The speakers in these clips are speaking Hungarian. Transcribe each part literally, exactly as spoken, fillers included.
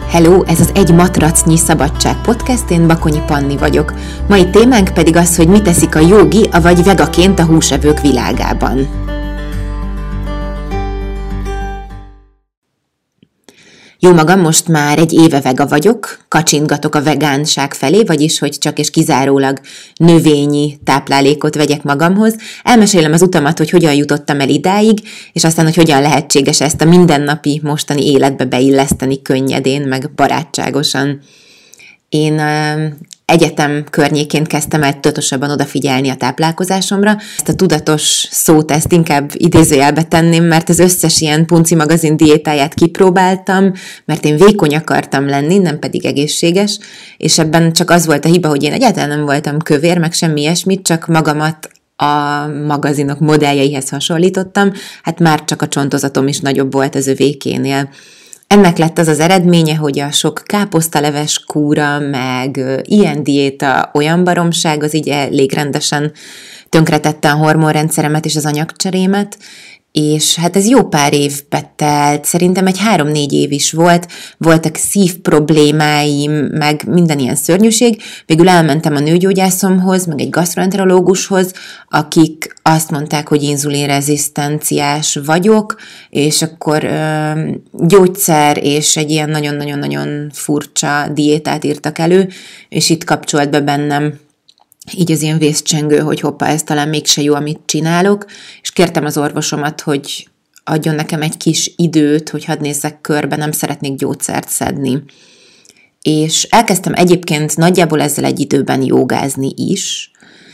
Hello, ez az Egy matracnyi szabadság podcast, én Bakonyi Panni vagyok. Mai témánk pedig az, hogy mit teszik a jógi, avagy vegaként a húsevők világában. Jó magam, most már egy éve vega vagyok, kacsintgatok a vegánság felé, vagyis hogy csak és kizárólag növényi táplálékot vegyek magamhoz. Elmesélem az utamat, hogy hogyan jutottam el idáig, és aztán, hogy hogyan lehetséges ezt a mindennapi mostani életbe beilleszteni könnyedén, meg barátságosan. Én egyetem környékén kezdtem el tudatosabban odafigyelni a táplálkozásomra. Ezt a tudatos szót, ezt inkább idézőjelbe tenném, mert az összes ilyen punci magazin diétáját kipróbáltam, mert én vékony akartam lenni, nem pedig egészséges, és ebben csak az volt a hiba, hogy én egyáltalán nem voltam kövér, meg semmi ilyesmit, csak magamat a magazinok modelljeihez hasonlítottam, hát már csak a csontozatom is nagyobb volt az övékénél. Ennek lett az az eredménye, hogy a sok káposztaleves kúra, meg ilyen diéta, olyan baromság, az így elég rendesen tönkretette a hormonrendszeremet és az anyagcserémet, és hát ez jó pár évbe telt, szerintem egy három-négy év is volt, voltak szívproblémáim, meg minden ilyen szörnyűség, végül elmentem a nőgyógyászomhoz, meg egy gasztroenterológushoz, akik azt mondták, hogy inzulinrezisztenciás vagyok, és akkor ö, gyógyszer és egy ilyen nagyon-nagyon-nagyon furcsa diétát írtak elő, és itt kapcsolt be bennem így az ilyen vészcsengő, hogy hoppá, ez talán mégse jó, amit csinálok, és kértem az orvosomat, hogy adjon nekem egy kis időt, hogy hadd nézzek körbe, nem szeretnék gyógyszert szedni. És elkezdtem egyébként nagyjából ezzel egy időben jogázni is,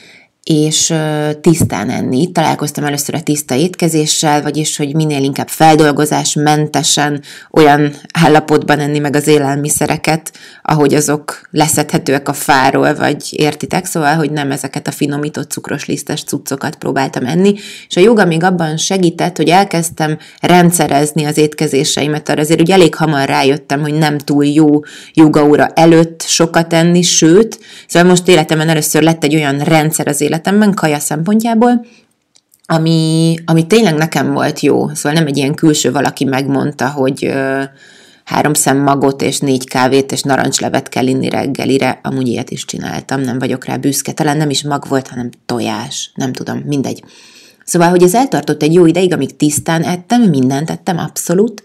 és tisztán enni. Találkoztam először a tiszta étkezéssel, vagyis, hogy minél inkább feldolgozásmentesen olyan állapotban enni meg az élelmiszereket, ahogy azok leszedhetőek a fáról, vagy értitek, szóval, hogy nem ezeket a finomított cukros lisztes cuccokat próbáltam enni, és a jóga még abban segített, hogy elkezdtem rendszerezni az étkezéseimet, arra azért ugye elég hamar rájöttem, hogy nem túl jó jogaóra előtt sokat enni, sőt, szóval most életemben először lett egy olyan rendszer az életemben, kaja szempontjából, ami, ami tényleg nekem volt jó. Szóval nem egy ilyen külső valaki megmondta, hogy ö, három szem magot és négy kávét és narancslevet kell inni reggelire. Amúgy ilyet is csináltam, nem vagyok rá büszke. Talán nem is mag volt, hanem tojás. Nem tudom, mindegy. Szóval, hogy ez eltartott egy jó ideig, amíg tisztán ettem, mindent ettem, abszolút,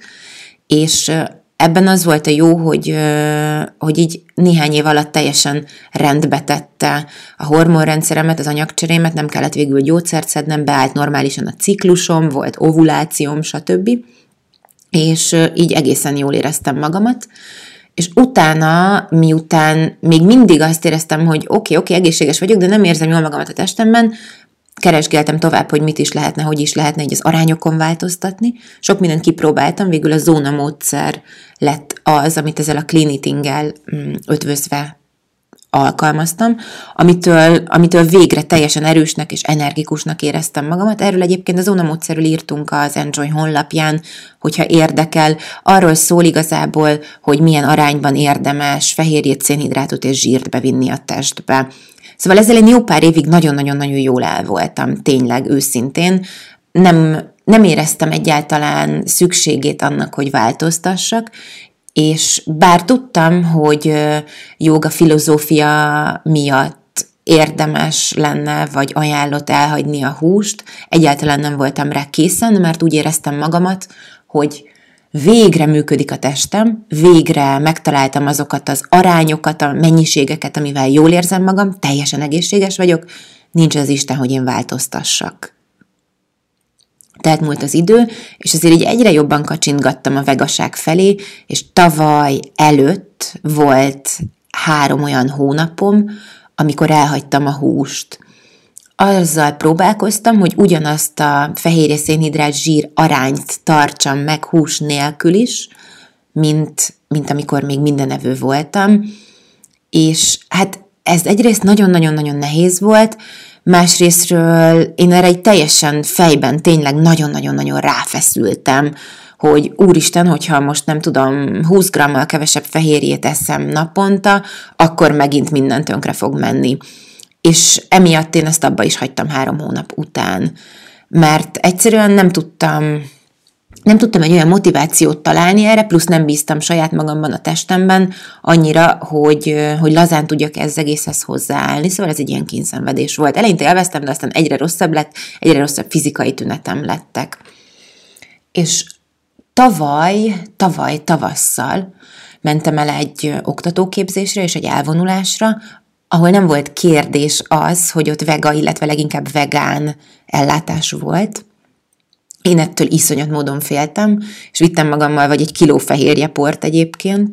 és ebben az volt a jó, hogy, hogy így néhány év alatt teljesen rendbe tette a hormonrendszeremet, az anyagcserémet, nem kellett végül gyógyszert szednem, beállt normálisan a ciklusom, volt ovulációm, stb. És így egészen jól éreztem magamat. És utána, miután még mindig azt éreztem, hogy oké, okay, oké, okay, egészséges vagyok, de nem érzem jól magamat a testemben, keresgéltem tovább, hogy mit is lehetne, hogy is lehetne így az arányokon változtatni. Sok mindent kipróbáltam, végül a zóna módszer lett az, amit ezzel a clean eating-el ötvözve alkalmaztam, amitől, amitől végre teljesen erősnek és energikusnak éreztem magamat. Erről egyébként a zóna módszerről írtunk az Enjoy honlapján, hogyha érdekel. Arról szól igazából, hogy milyen arányban érdemes fehérjét, szénhidrátot és zsírt bevinni a testbe. Szóval ezzel én jó pár évig nagyon-nagyon-nagyon jól el voltam, tényleg, őszintén. Nem, nem éreztem egyáltalán szükségét annak, hogy változtassak, és bár tudtam, hogy jóga filozófia miatt érdemes lenne, vagy ajánlott elhagyni a húst, egyáltalán nem voltam rá készen, mert úgy éreztem magamat, hogy végre működik a testem, végre megtaláltam azokat az arányokat, a mennyiségeket, amivel jól érzem magam, teljesen egészséges vagyok, nincs az Isten, hogy én változtassak. Tehát múlt az idő, és azért így egyre jobban kacsintgattam a vegaság felé, és tavaly előtt volt három olyan hónapom, amikor elhagytam a húst. Azzal próbálkoztam, hogy ugyanazt a fehérje, szénhidrát, zsír arányt tartsam meg hús nélkül is, mint, mint amikor még mindenevő voltam, és hát ez egyrészt nagyon-nagyon-nagyon nehéz volt, másrésztről én erre egy teljesen fejben tényleg nagyon-nagyon-nagyon ráfeszültem, hogy úristen, hogyha most nem tudom, húsz grammal kevesebb fehérjét eszem naponta, akkor megint minden tönkre fog menni. És emiatt én ezt abba is hagytam három hónap után, mert egyszerűen nem tudtam nem tudtam egy olyan motivációt találni erre, plusz nem bíztam saját magamban, a testemben annyira, hogy, hogy lazán tudjak ez egészhez hozzáállni, szóval ez egy ilyen kínszenvedés volt. Eleinte élveztem, de aztán egyre rosszabb lett, egyre rosszabb fizikai tünetem lettek. És tavaly, tavaly tavasszal mentem el egy oktatóképzésre és egy elvonulásra, ahol nem volt kérdés az, hogy ott vega, illetve leginkább vegán ellátás volt. Én ettől iszonyat módon féltem, és vittem magammal vagy egy kiló fehérjeport egyébként,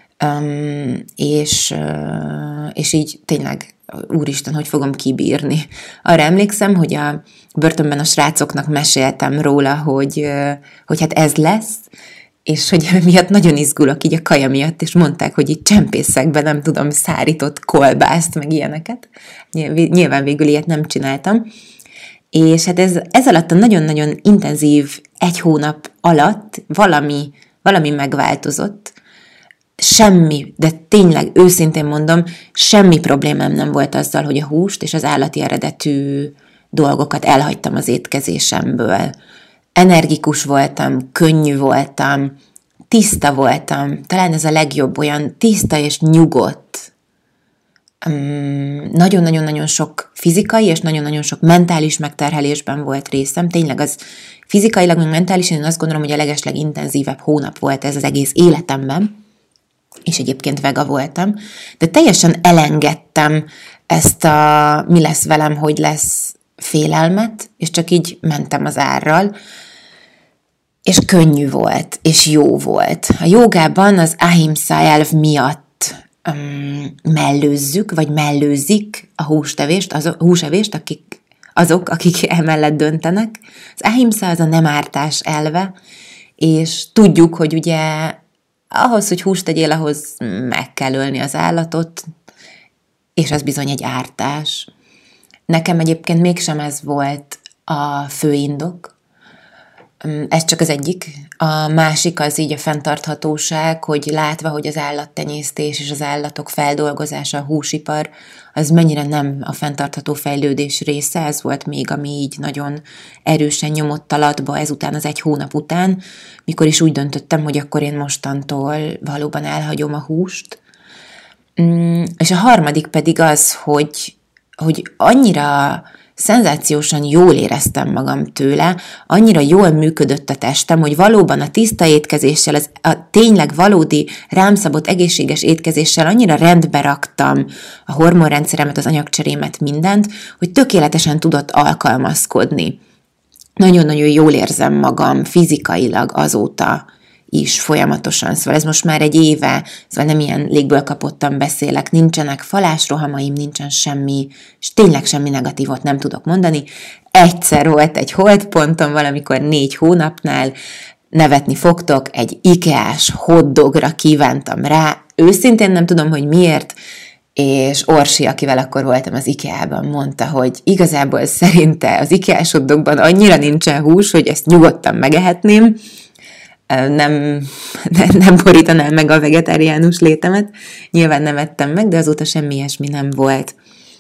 és, és így tényleg, úristen, hogy fogom kibírni. Arra emlékszem, hogy a börtönben a srácoknak meséltem róla, hogy, hogy hát ez lesz, és hogy miatt nagyon izgulok így a kaja miatt, és mondták, hogy így csempészek be, nem tudom, szárított kolbászt, meg ilyeneket. Nyilván végül ilyet nem csináltam. És hát ez, ez alatt a nagyon-nagyon intenzív egy hónap alatt valami, valami megváltozott. Semmi, de tényleg őszintén mondom, semmi problémám nem volt azzal, hogy a húst és az állati eredetű dolgokat elhagytam az étkezésemből. Energikus voltam, könnyű voltam, tiszta voltam, talán ez a legjobb, olyan tiszta és nyugodt. Nagyon-nagyon-nagyon sok fizikai és nagyon-nagyon sok mentális megterhelésben volt részem. Tényleg az fizikailag, meg mentálisan én azt gondolom, hogy a legeslegintenzívebb hónap volt ez az egész életemben, és egyébként vega voltam, de teljesen elengedtem ezt a mi lesz velem, hogy lesz félelmet, és csak így mentem az árral, és könnyű volt, és jó volt. A jogában az ahimsa elv miatt um, mellőzzük, vagy mellőzik a hústevést, az, a húsevést, akik, azok, akik emellett döntenek. Az ahimsa az a nem ártás elve, és tudjuk, hogy ugye ahhoz, hogy húst tegyél, ahhoz meg kell ölni az állatot, és az bizony egy ártás. Nekem egyébként mégsem ez volt a fő indok. Ez csak az egyik. A másik az így a fenntarthatóság, hogy látva, hogy az állattenyésztés és az állatok feldolgozása, a húsipar, az mennyire nem a fenntartható fejlődés része, ez volt még, ami így nagyon erősen nyomott alatba ezután, az egy hónap után, mikor is úgy döntöttem, hogy akkor én mostantól valóban elhagyom a húst. És a harmadik pedig az, hogy, hogy annyira szenzációsan jól éreztem magam tőle, annyira jól működött a testem, hogy valóban a tiszta étkezéssel, az, a tényleg valódi rám szabott egészséges étkezéssel annyira rendbe raktam a hormonrendszeremet, az anyagcserémet, mindent, hogy tökéletesen tudott alkalmazkodni. Nagyon-nagyon jól érzem magam fizikailag azóta is folyamatosan, szóval ez most már egy éve, szóval nem ilyen légből kapottan beszélek, nincsenek falásrohamaim, nincsen semmi, és tényleg semmi negatívot nem tudok mondani. Egyszer volt egy holdpontom valamikor négy hónapnál, nevetni fogtok, egy ikeás hotdogra kívántam rá, őszintén nem tudom, hogy miért, és Orsi, akivel akkor voltam az IKEA-ban, mondta, hogy igazából szerinte az ikeás hotdogban annyira nincsen hús, hogy ezt nyugodtan megehetném, nem, nem borítanám meg a vegetáriánus létemet. Nyilván nem ettem meg, de azóta semmi ilyesmi nem volt.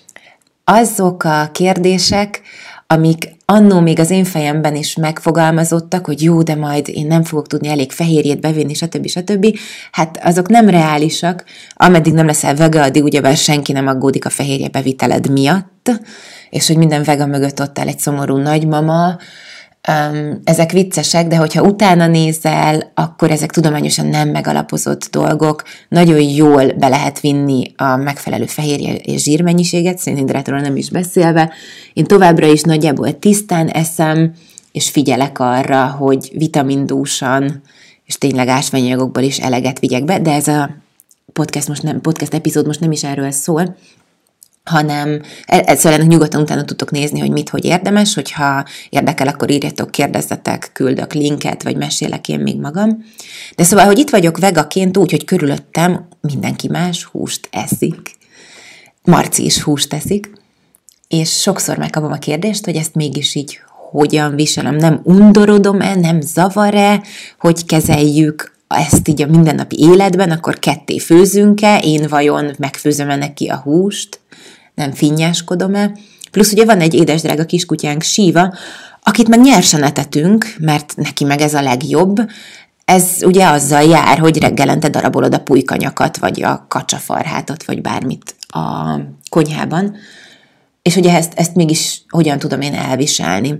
Azok a kérdések, amik annó még az én fejemben is megfogalmazottak, hogy jó, de majd én nem fogok tudni elég fehérjét bevinni, stb. stb. Hát azok nem reálisak. Ameddig nem leszel vega, addig ugyebár senki nem aggódik a fehérje beviteled miatt, és hogy minden vega mögött ott áll egy szomorú nagymama. Um, ezek viccesek, de hogyha utána nézel, akkor ezek tudományosan nem megalapozott dolgok, nagyon jól be lehet vinni a megfelelő fehérje és zsírmennyiséget, szénhidrátról nem is beszélve. Én továbbra is nagyjából tisztán eszem, és figyelek arra, hogy vitamindúsan, és tényleg ásványanyagokból is eleget vigyek be, de ez a podcast, most nem, podcast epizód most nem is erről szól, hanem szóval ennek nyugodtan utána tudtok nézni, hogy mit, hogy érdemes, hogyha érdekel, akkor írjatok, kérdezzetek, küldök linket, vagy mesélek én még magam. De szóval, hogy itt vagyok vegaként úgy, hogy körülöttem mindenki más húst eszik. Marci is húst eszik, és sokszor megkapom a kérdést, hogy ezt mégis így hogyan viselem, nem undorodom-e, nem zavar-e, hogy kezeljük ezt így a mindennapi életben, akkor ketté főzünk-e, én vajon megfőzöm-e neki a húst, nem finnyáskodom-e. Plusz ugye van egy édesdrága kiskutyánk, Síva, Akit meg nyersen etetünk, mert neki meg ez a legjobb, ez ugye azzal jár, hogy reggelente darabolod a pulykanyakat, vagy a kacsafarhátot, vagy bármit a konyhában, és ugye ezt, ezt mégis hogyan tudom én elviselni.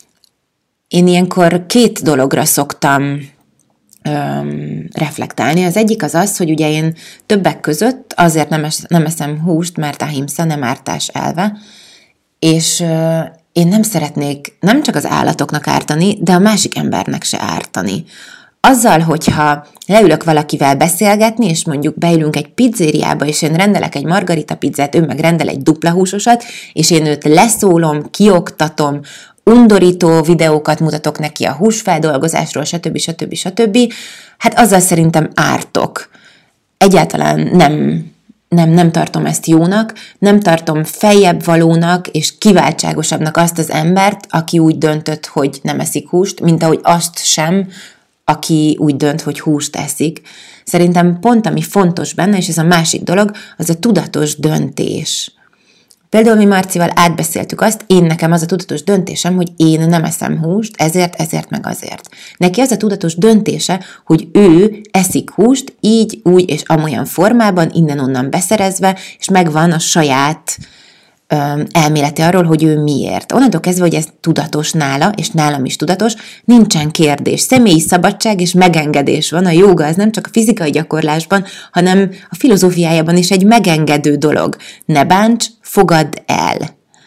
Én ilyenkor két dologra szoktam öm, reflektálni. Az egyik az az, hogy ugye én többek között azért nem, es, nem eszem húst, mert ahimsa, nem ártás elve, és ö, én nem szeretnék nem csak az állatoknak ártani, de a másik embernek se ártani. Azzal, hogyha leülök valakivel beszélgetni, és mondjuk beülünk egy pizzériába, és én rendelek egy margarita pizzát, ő meg rendel egy dupla húsosat, és én őt leszólom, kioktatom, undorító videókat mutatok neki a húsfeldolgozásról, stb. stb. stb. Hát azzal szerintem ártok. Egyáltalán nem, nem, nem tartom ezt jónak, nem tartom feljebb valónak és kiváltságosabbnak azt az embert, aki úgy döntött, hogy nem eszik húst, mint ahogy azt sem, aki úgy dönt, hogy húst eszik. Szerintem pont ami fontos benne, és ez a másik dolog, az a tudatos döntés. Például mi Marcival átbeszéltük azt, én nekem az a tudatos döntésem, hogy én nem eszem húst, ezért, ezért, meg azért. Neki az a tudatos döntése, hogy ő eszik húst, így, úgy és amolyan formában, innen-onnan beszerezve, és megvan a saját öm, elmélete arról, hogy ő miért. Onnantól kezdve, hogy ez tudatos nála, és nálam is tudatos, nincsen kérdés. Személyi szabadság és megengedés van. A jóga az nem csak a fizikai gyakorlásban, hanem a filozófiájában is egy megengedő dolog. Ne bánts, fogadd el.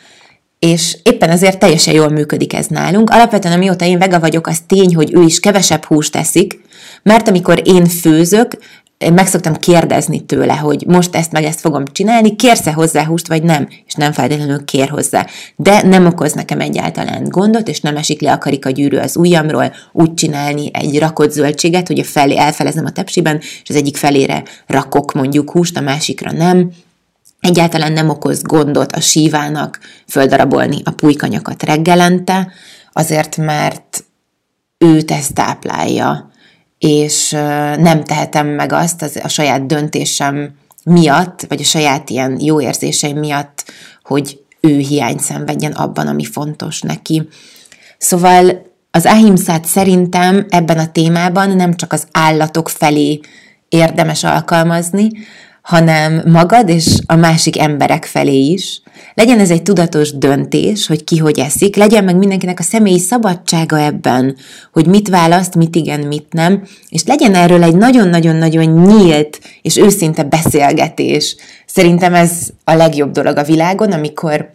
És éppen ezért teljesen jól működik ez nálunk. Alapvetően amióta én vega vagyok, az tény, hogy ő is kevesebb húst eszik, mert amikor én főzök, én meg szoktam kérdezni tőle, hogy most ezt meg ezt fogom csinálni, kérsz-e hozzá húst, vagy nem? És nem feltétlenül kér hozzá. De nem okoz nekem egyáltalán gondot, és nem esik le a karikagyűrű az ujjamról úgy csinálni egy rakott zöldséget, hogy a felé elfelezem a tepsiben, és az egyik felére rakok mondjuk húst, a másikra nem. Egyáltalán nem okoz gondot a sívának földarabolni a pulykanyakat reggelente, azért mert őt ezt táplálja, és nem tehetem meg azt az, a saját döntésem miatt, vagy a saját ilyen jó érzéseim miatt, hogy ő hiány szenvedjen abban, ami fontos neki. Szóval az ahimszát szerintem ebben a témában nem csak az állatok felé érdemes alkalmazni, hanem magad és a másik emberek felé is. Legyen ez egy tudatos döntés, hogy ki hogy eszik, legyen meg mindenkinek a személyi szabadsága ebben, hogy mit választ, mit igen, mit nem, és legyen erről egy nagyon-nagyon-nagyon nyílt és őszinte beszélgetés. Szerintem ez a legjobb dolog a világon, amikor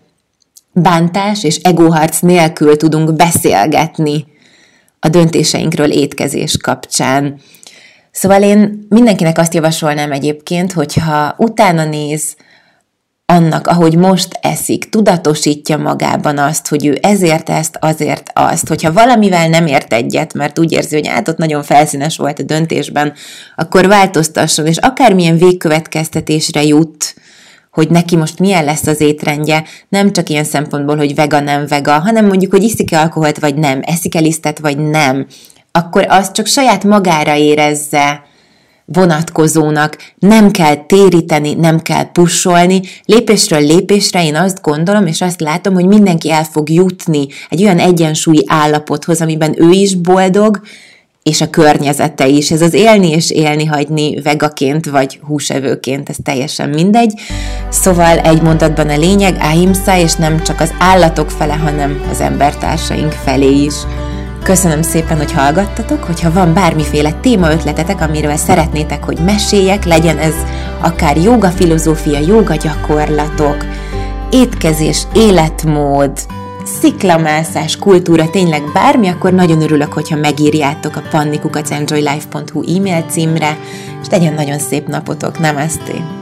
bántás és egóharc nélkül tudunk beszélgetni a döntéseinkről étkezés kapcsán. Szóval én mindenkinek azt javasolnám egyébként, hogyha utána néz annak, ahogy most eszik, tudatosítja magában azt, hogy ő ezért ezt, azért azt, hogyha valamivel nem ért egyet, mert úgy érzi, hogy hát ott nagyon felszínes volt a döntésben, akkor változtasson, és akármilyen végkövetkeztetésre jut, hogy neki most milyen lesz az étrendje, nem csak ilyen szempontból, hogy vega, nem vega, hanem mondjuk, hogy iszik-e alkoholt, vagy nem, eszik-e lisztet, vagy nem, akkor azt csak saját magára érezze vonatkozónak, nem kell téríteni, nem kell pusolni, lépésről lépésre én azt gondolom, és azt látom, hogy mindenki el fog jutni egy olyan egyensúlyi állapothoz, amiben ő is boldog, és a környezete is. Ez az élni és élni hagyni vegaként, vagy húsevőként, ez teljesen mindegy. Szóval egy mondatban a lényeg, ahimsa, és nem csak az állatok fele, hanem az embertársaink felé is. Köszönöm szépen, hogy hallgattatok, hogyha van bármiféle témaötletetek, amiről szeretnétek, hogy meséljek, legyen ez akár jóga filozófia, jóga gyakorlatok, étkezés, életmód, sziklamászás, kultúra, tényleg bármi, akkor nagyon örülök, hogyha megírjátok a panni kukac enjoy life pont hu e-mail címre, és legyen nagyon szép napotok, namaste!